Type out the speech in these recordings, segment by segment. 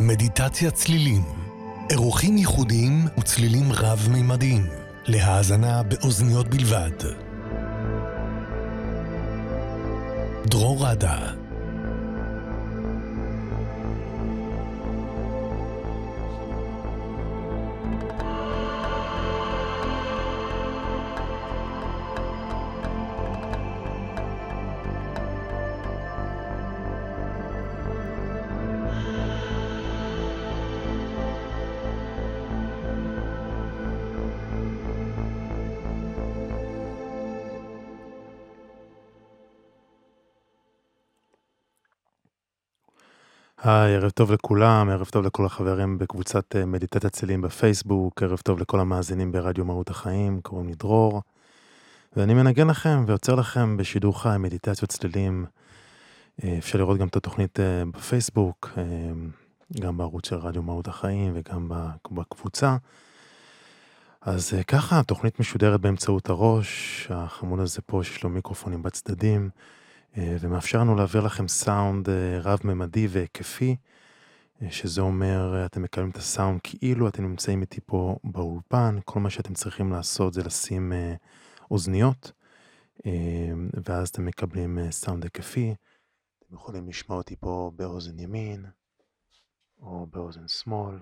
מדיטציה צלילים, אירוחים ייחודיים וצלילים רב-מימדיים, להאזנה באוזניות בלבד. דרור רדה. היי, ערב טוב לכולם, ערב טוב לכל החברים בקבוצת מדיטציה צלילים בפייסבוק, ערב טוב לכל המאזינים ברדיו מהות החיים, קוראים לי דרור, ואני מנגן לכם ויוצר לכם בשידור חי מדיטציות צלילים. אפשר לראות גם את התוכנית בפייסבוק, גם בערוץ של רדיו מהות החיים וגם בקבוצה. אז ככה, התוכנית משודרת באמצעות הראש, החמוד הזה פה שיש לו מיקרופונים בצדדים, ומאפשר לנו להעביר לכם סאונד רב-ממדי והיקפי, שזה אומר, אתם מקבלים את הסאונד כאילו אתם נמצאים איתי פה באולפן, כל מה שאתם צריכים לעשות זה לשים אוזניות, ואז אתם מקבלים סאונד היקפי, אתם יכולים לשמוע אותי פה באוזן ימין, או באוזן שמאל,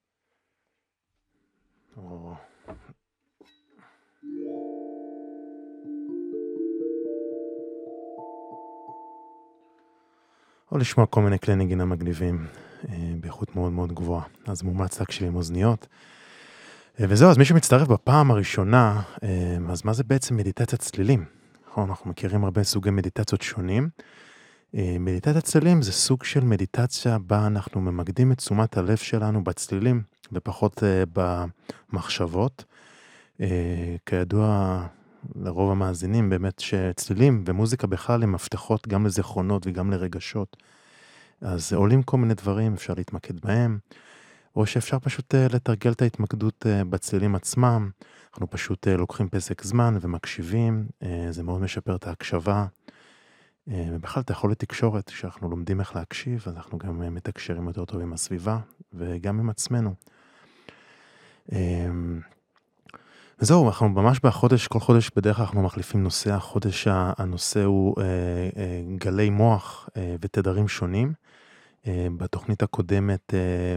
או לשמוע כל מיני כלי נגינה מגניבים, באיכות מאוד מאוד גבוהה. אז מומץ להקשיב עם אוזניות. וזהו, אז מי שמצטרף בפעם הראשונה, אז מה זה בעצם מדיטציית צלילים? אנחנו מכירים הרבה סוגי מדיטציות שונים. מדיטציית צלילים זה סוג של מדיטציה בה אנחנו ממקדים את תשומת הלב שלנו בצלילים, ופחות במחשבות. כידוע לרוב המאזינים באמת שצלילים ומוזיקה בכלל הם מפתחות גם לזיכרונות וגם לרגשות. אז עולים כל מיני דברים, אפשר להתמקד בהם, או שאפשר פשוט לתרגל את ההתמקדות בצלילים עצמם. אנחנו פשוט לוקחים פסק זמן ומקשיבים, זה מאוד משפר את ההקשבה. ובכלל את היכולת תקשורת, כשאנחנו לומדים איך להקשיב, אז אנחנו גם מתקשרים יותר טוב עם הסביבה וגם עם עצמנו. וזהו, אנחנו ממש בחודש, כל חודש בדרך כלל אנחנו מחליפים נושא, החודש הנושא הוא גלי מוח ותדרים שונים. בתוכנית הקודמת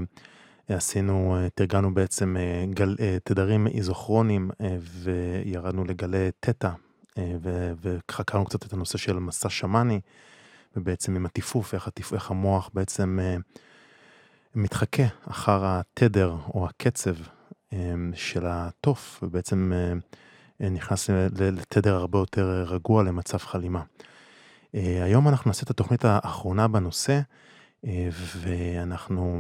תרגלנו בעצם תדרים איזוכרונים וירדנו לגלי תטא, וחקרנו קצת את הנושא של מסע שמאני, ובעצם עם הטיפוף, איך המוח בעצם מתחכה אחר התדר או הקצב של התוף, ובעצם נכנס לתדר הרבה יותר רגוע למצב חלימה. היום אנחנו נעשה את התוכנית האחרונה בנושא, ואנחנו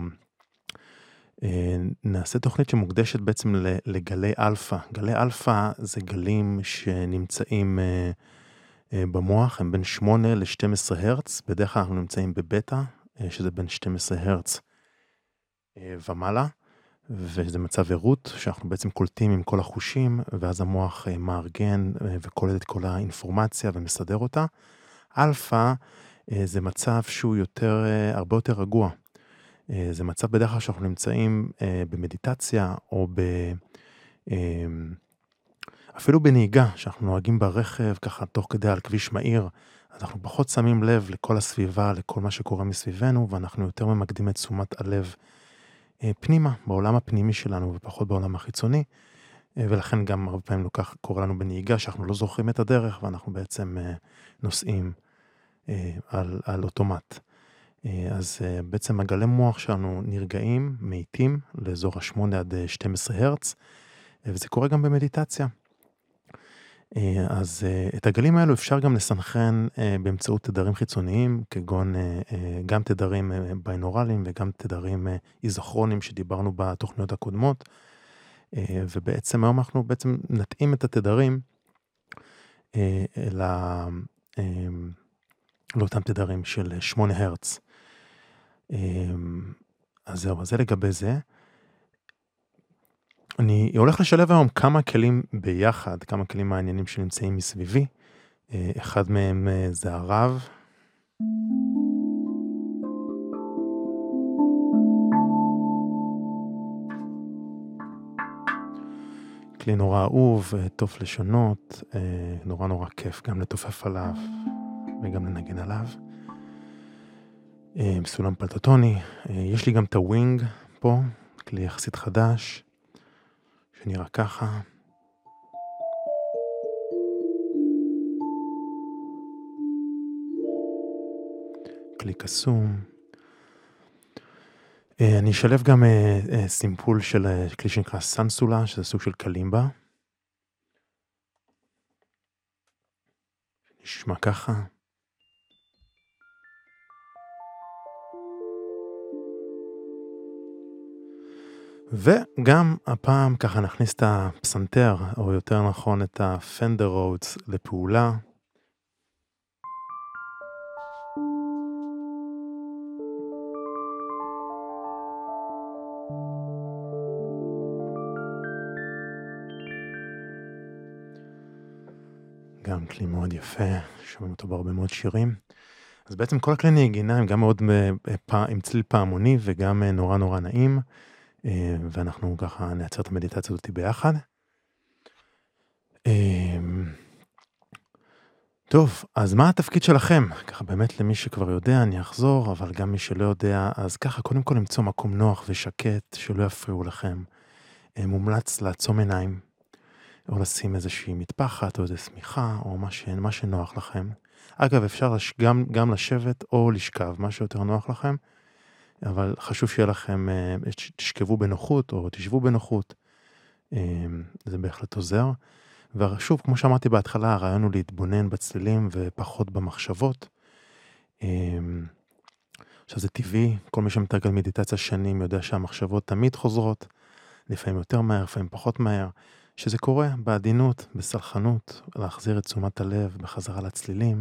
נעשה תוכנית שמוקדשת בעצם לגלי אלפא. גלי אלפא זה גלים שנמצאים במוח, הם בין 8 ל-12 הרץ, בדרך כלל אנחנו נמצאים בבטא, שזה בין 12 הרץ ומעלה, וזה מצב עירות שאנחנו בעצם קולטים עם כל החושים, ואז המוח מארגן וקולט את כל האינפורמציה ומסדר אותה. אלפא זה מצב שהוא הרבה יותר רגוע. זה מצב בדרך כלל שאנחנו נמצאים במדיטציה, או אפילו בנהיגה, שאנחנו נוהגים ברכב, ככה תוך כדי על כביש מהיר, אז אנחנו פחות שמים לב לכל הסביבה, לכל מה שקורה מסביבנו, ואנחנו יותר ממקדים את תשומת הלב פנימה, בעולם הפנימי שלנו, ופחות בעולם החיצוני, ולכן גם הרבה פעמים קורה לנו בנהיגה, שאנחנו לא זוכרים את הדרך, ואנחנו בעצם נוסעים על אוטומט. אז בעצם הגלי מוח שלנו נרגעים, מאיטים, לאזור ה-8 עד 12 הרץ, וזה קורה גם במדיטציה. אז את הגלים האלו אפשר גם לסנכרן באמצעות תדרים חיצוניים, כגון גם תדרים ביינורליים וגם תדרים איזוכרונים שדיברנו בתוכניות הקודמות, ובעצם היום אנחנו בעצם נתאים את התדרים לאותם תדרים של 8 הרץ. אז זהו, אז זה לגבי זה. אני הולך לשלב היום כמה כלים ביחד, כמה כלים מעניינים שנמצאים מסביבי. אחד מהם זה הרב. כלי נורא אהוב, תוף לשונות, נורא נורא כיף גם לתופף עליו וגם לנגן עליו. סולם פלטוטוני, יש לי גם את הווינג פה, כלי יחסית חדש, שנראה ככה. כלי קסום. אני אשלב גם סימפול של כלי שנקרא סנסולה, שזה סוג של קלימבה. נשמע ככה. וגם הפעם ככה נכניס את הפסנתר, או יותר נכון את הפנדר רודס לפעולה. גם כלי מאוד יפה, שומעים אותו בהרבה מאוד שירים. אז בעצם כל הכלי נגינה הם גם מאוד עם צליל פעמוני וגם נורא נורא נעים, ואנחנו ככה נעצר את המדיטציה הזאת ביחד. טוב, אז מה התפקיד שלכם? ככה באמת למי שכבר יודע אני אחזור, אבל גם מי שלא יודע, אז ככה קודם כל למצוא מקום נוח ושקט שלא יפריעו לכם. מומלץ לעצום עיניים, או לשים איזושהי מטפחת או איזו סמיכה, או מה שנוח לכם. אגב, אפשר גם לשבת או לשכב, מה שיותר נוח לכם, אבל חשוב שיהיה לכם, תשכבו בנוחות או תשבו בנוחות, זה בהחלט עוזר. ושוב, כמו שאמרתי בהתחלה, הרעיון הוא להתבונן בצלילים ופחות במחשבות. עכשיו זה טבעי, כל מי שמתרגל מדיטציה שנים יודע שהמחשבות תמיד חוזרות, לפעמים יותר מהר, לפעמים פחות מהר, שזה קורה בעדינות, בסלחנות, להחזיר את תשומת הלב בחזרה לצלילים,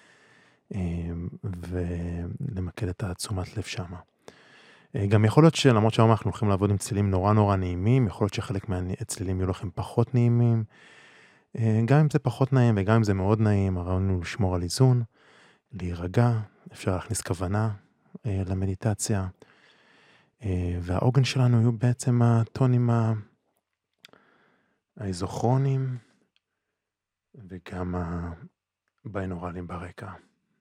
ולמקד את תשומת לב שמה. גם יכול להיות שלמרות שהיום אנחנו הולכים לעבוד עם צלילים נורא נורא נעימים, יכול להיות שחלק מהצלילים יהיו לכם פחות נעימים, גם אם זה פחות נעים וגם אם זה מאוד נעים, הרעיון הוא לשמור על איזון, להירגע, אפשר להכניס כוונה למדיטציה, והעוגן שלנו יהיו בעצם הטונים האיזוכרונים, וגם הביינורלים ברקע.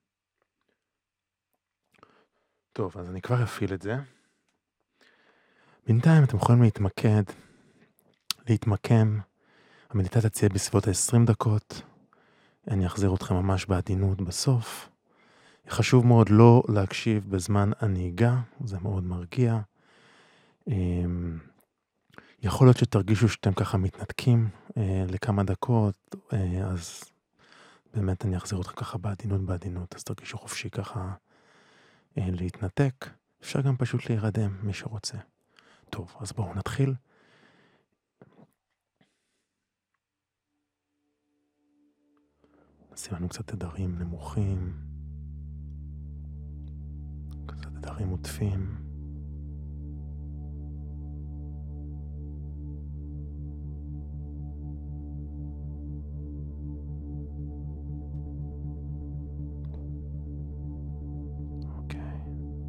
טוב, אז אני כבר אפעיל את זה. בינתיים אתם יכולים להתמקם. המדיטציה תהיה בסביבות 20 דקות. אני אחזיר אתכם ממש בעדינות בסוף. חשוב מאוד לא להקשיב בזמן הנהיגה, זה מאוד מרגיע. יכול להיות שתרגישו שאתם ככה מתנתקים לכמה דקות, אז באמת אני אחזיר אתכם ככה בעדינות, אז תרגישו חופשי ככה להתנתק. אפשר גם פשוט להירדם, מי שרוצה. טוב, אז בואו נתחיל. נשים לנו קצת תדרים נמוכים, קצת תדרים מוטפים. אוקיי.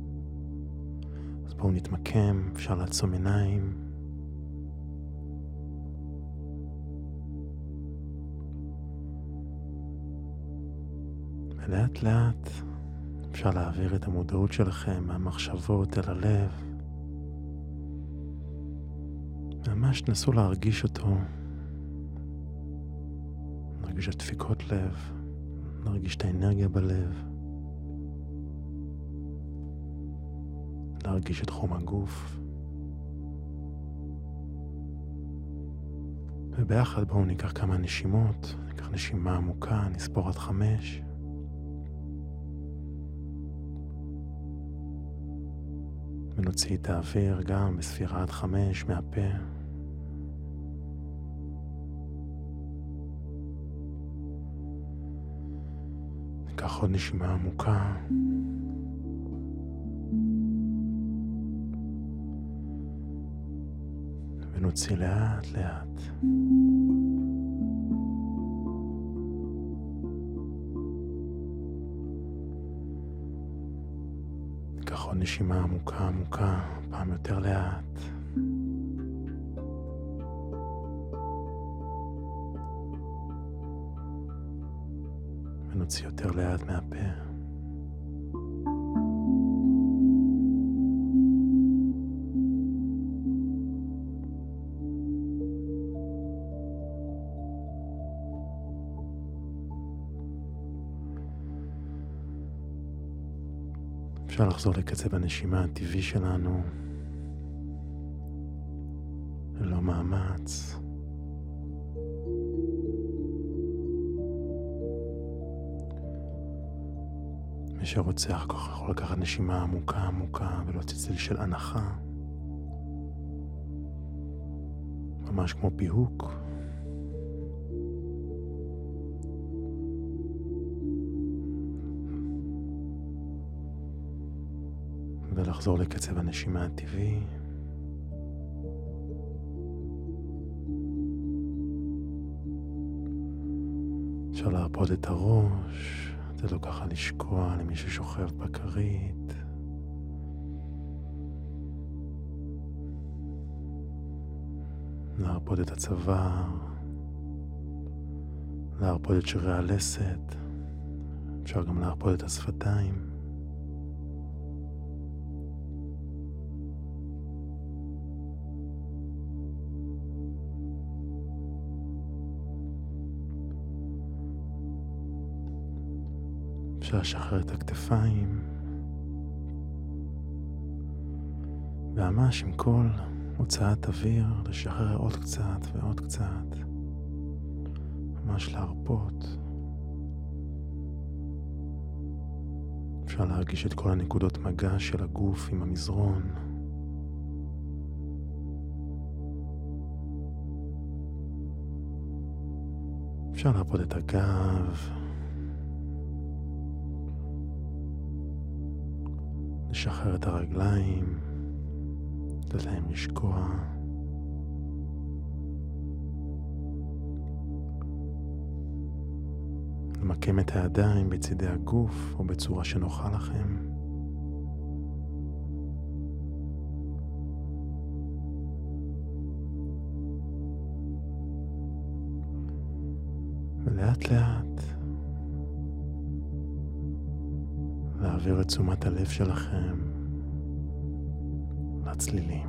אז בואו נתמקם, אפשר לעצום עיניים. ולאט לאט אפשר להעביר את המודעות שלכם מהמחשבות אל הלב. ממש תנסו להרגיש אותו. להרגיש את דפיקות לב, להרגיש את האנרגיה בלב. להרגיש את חום הגוף. וביחד בואו ניקח כמה נשימות, ניקח נשימה עמוקה, נספור עד 5. ונוציא את האוויר גם בספירה עד 5 מהפה. ניקח עוד נשימה עמוקה. ונוציא לאט לאט. ניקח עוד נשימה עמוקה, פעם יותר לאט. להוציא יותר לאט מהפה. אפשר לחזור לקצב הנשימה הטבעי שלנו, ללא מאמץ. מי שרוצה יכול לקחת נשימה עמוקה ולהוציא צליל של הנחה, ממש כמו פיהוק. ולחזור לקצב הנשימה הטבעי. אפשר להרפות את הראש, לתת לו ככה לשקוע למי ששוכב בכרית. להרפות את הצוואר, להרפות את שרירי הלסת, אפשר גם להרפות את השפתיים. אפשר לשחרר את הכתפיים, וממש עם כל הוצאת אוויר לשחרר עוד קצת ועוד קצת, ממש להרפות. אפשר להרגיש את כל הנקודות מגע של הגוף עם המזרון. אפשר להרפות את הגב, לשחרר את הרגליים, לתת להם לשקוע. למקם את הידיים בצדי הגוף או בצורה שנוחה לכם. ולאט לאט להעביר את תשומת הלב שלכם לצלילים.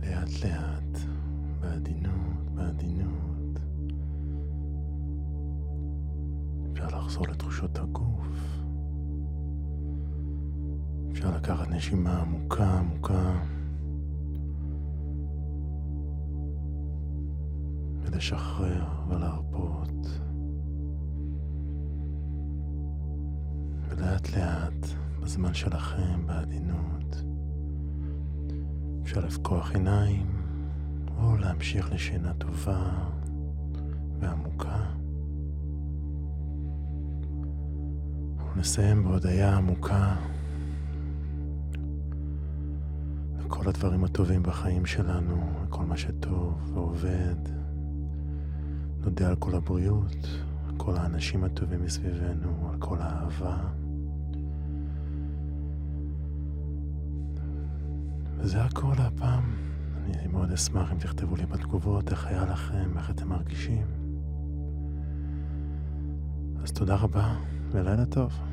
לאט לאט, בעדינות, בעדינות. אפשר לחזור לתחושות הגוף. אפשר לקחת נשימה עמוקה עמוקה. ולשחרר ולהרפות. ולאט לאט, בזמן שלכם, בעדינות, אפשר לפקוח עיניים, או להמשיך לשינה טובה ועמוקה. ונסיים בהודיה עמוקה לכל הדברים הטובים בחיים שלנו, לכל מה שטוב ועובד. נודה על כל הבריאות, על כל האנשים הטובים מסביבנו, על כל האהבה. וזה הכל הפעם. אני מאוד אשמח אם תכתבו לי בתגובות איך היה לכם, איך אתם מרגישים. אז תודה רבה ולילה טוב.